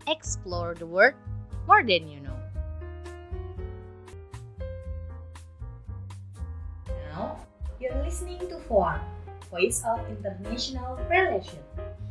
explore the world more than you know. Now, you're listening to FOR, Voice of International Relations.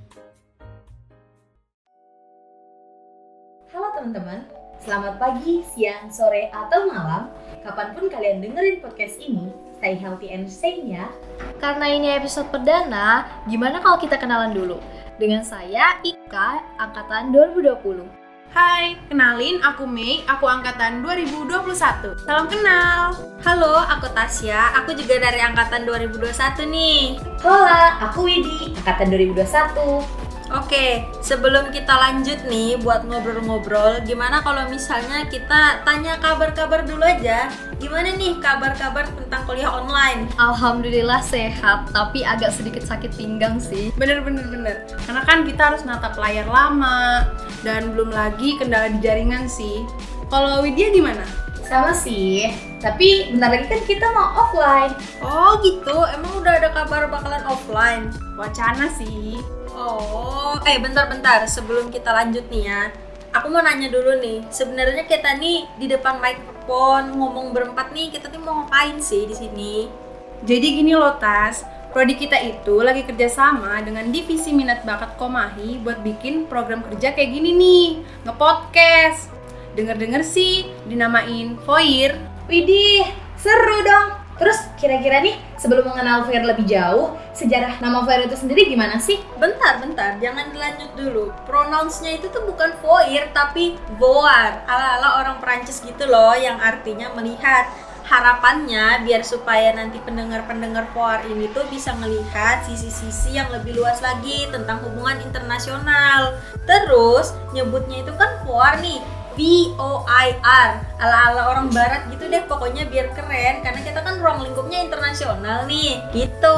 Halo teman-teman, selamat pagi, siang, sore, atau malam. Kapanpun kalian dengerin podcast ini, stay healthy and sane ya. Karena ini episode perdana, gimana kalau kita kenalan dulu? Dengan saya, Ika, Angkatan 2020. Hai, kenalin aku Mei, aku Angkatan 2021. Salam kenal. Halo, aku Tasya, aku juga dari Angkatan 2021 nih. Hola, aku Widi, Angkatan 2021. Oke, sebelum kita lanjut nih buat ngobrol-ngobrol, gimana kalau misalnya kita tanya kabar-kabar dulu aja? Gimana nih kabar-kabar tentang kuliah online? Alhamdulillah sehat, tapi agak sedikit sakit pinggang sih. Bener. Karena kan kita harus natap layar lama dan belum lagi kendala di jaringan sih. Kalau Widya gimana? Sama sih, tapi bentar lagi kan kita mau offline. Oh gitu, emang udah ada kabar bakalan offline? Wacana sih. Oh, bentar, sebelum kita lanjut nih ya, aku mau nanya dulu nih, sebenarnya kita nih di depan mikrofon ngomong berempat nih, kita nih mau ngapain sih di sini? Jadi gini loh Tas, prodi kita itu lagi kerjasama dengan Divisi Minat Bakat Komahi buat bikin program kerja kayak gini nih, nge-podcast. Dengar-dengar sih dinamain Foir. Widih, seru dong. Terus kira-kira nih, sebelum mengenal Foir lebih jauh, sejarah nama Foir itu sendiri gimana sih? Bentar, jangan dilanjut dulu. Pronounce-nya itu tuh bukan Foir, tapi voir. Ala-ala orang Perancis gitu loh, yang artinya melihat. Harapannya biar supaya nanti pendengar-pendengar FOR ini tuh bisa melihat sisi-sisi yang lebih luas lagi tentang hubungan internasional. Terus nyebutnya itu kan FOR nih, VOIR, ala-ala orang barat gitu deh, pokoknya biar keren karena kita kan ruang lingkupnya internasional nih, gitu.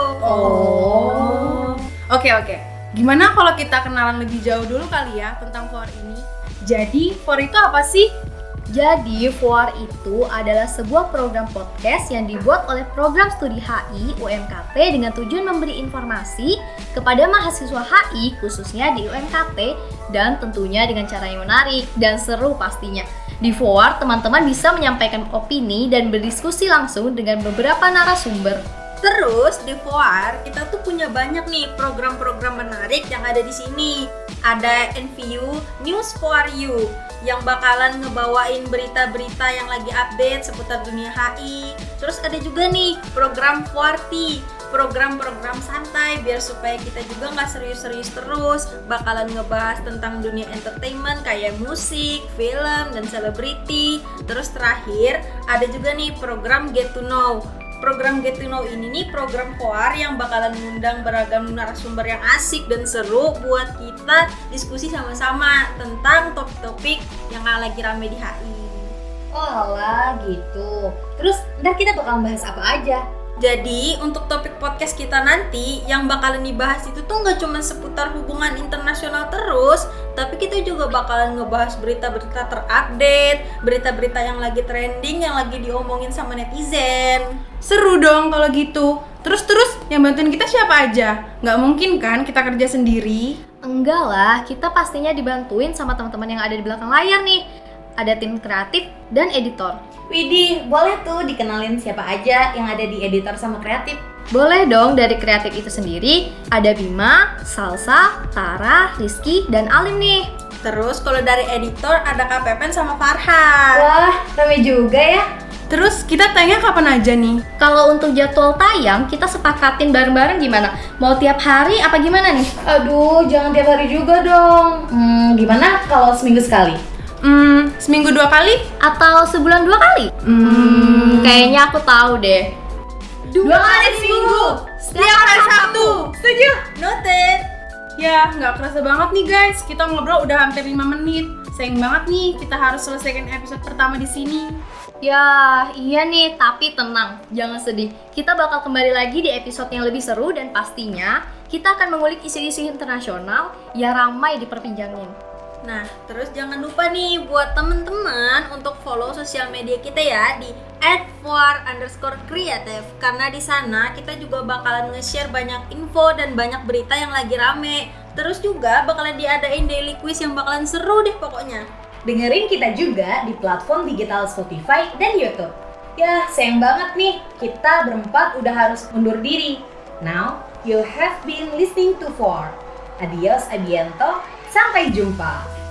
Oke. Gimana kalau kita kenalan lebih jauh dulu kali ya tentang FOR ini? Jadi, FOR itu apa sih? Jadi, FOR itu adalah sebuah program podcast yang dibuat oleh Program Studi HI UMKT dengan tujuan memberi informasi kepada mahasiswa HI khususnya di UMKT dan tentunya dengan cara yang menarik dan seru pastinya. Di FOR, teman-teman bisa menyampaikan opini dan berdiskusi langsung dengan beberapa narasumber. Terus di FOR kita tuh punya banyak nih program-program menarik yang ada di sini. Ada NVU News for You yang bakalan ngebawain berita-berita yang lagi update seputar dunia HI. Terus ada juga nih program FORTI, program-program santai biar supaya kita juga nggak serius-serius terus. Bakalan ngebahas tentang dunia entertainment kayak musik, film, dan selebriti. Terus terakhir ada juga nih program Get to Know. Program Get to Know ini nih program FOR yang bakalan mengundang beragam narasumber yang asik dan seru buat kita diskusi sama-sama tentang topik-topik yang lagi rame di HI. Oh alah gitu. Terus ntar kita bakal bahas apa aja? Jadi untuk topik podcast kita nanti yang bakalan dibahas itu tuh gak cuma seputar hubungan internasional terus, tapi kita juga bakalan ngebahas berita-berita terupdate, berita-berita yang lagi trending, yang lagi diomongin sama netizen. Seru dong kalau gitu. Terus yang bantuin kita siapa aja? Nggak mungkin kan kita kerja sendiri? Enggak lah, kita pastinya dibantuin sama teman-teman yang ada di belakang layar nih. Ada tim kreatif dan editor. Widih, boleh tuh dikenalin siapa aja yang ada di editor sama kreatif? Boleh dong, dari kreatif itu sendiri ada Bima, Salsa, Tara, Rizky, dan Alim nih. Terus kalau dari editor ada Kak Pepen sama Farhan. Wah, rame juga ya. Terus kita tayang kapan aja nih? Kalau untuk jadwal tayang, kita sepakatin bareng-bareng gimana? Mau tiap hari apa gimana nih? Aduh, jangan tiap hari juga dong. Gimana kalau seminggu sekali? Seminggu 2 kali? Atau sebulan 2 kali? Kayaknya aku tahu deh. 2 kali seminggu, setiap hari Sabtu. Setuju? Noted. Ya, nggak kerasa banget nih guys. Kita ngobrol udah hampir 5 menit. Sayang banget nih, kita harus selesaikan episode pertama di sini. Ya, iya nih, tapi tenang, jangan sedih. Kita bakal kembali lagi di episode yang lebih seru dan pastinya kita akan mengulik isu-isu internasional yang ramai diperbincangin. Nah, terus jangan lupa nih buat temen-temen untuk follow sosial media kita ya di @for_creative karena di sana kita juga bakalan nge-share banyak info dan banyak berita yang lagi rame. Terus juga bakalan diadain daily quiz yang bakalan seru deh pokoknya. Dengerin kita juga di platform digital Spotify dan YouTube. Ya, sayang banget nih, kita berempat udah harus undur diri. Now, you have been listening to 4. Adios, abiento, sampai jumpa.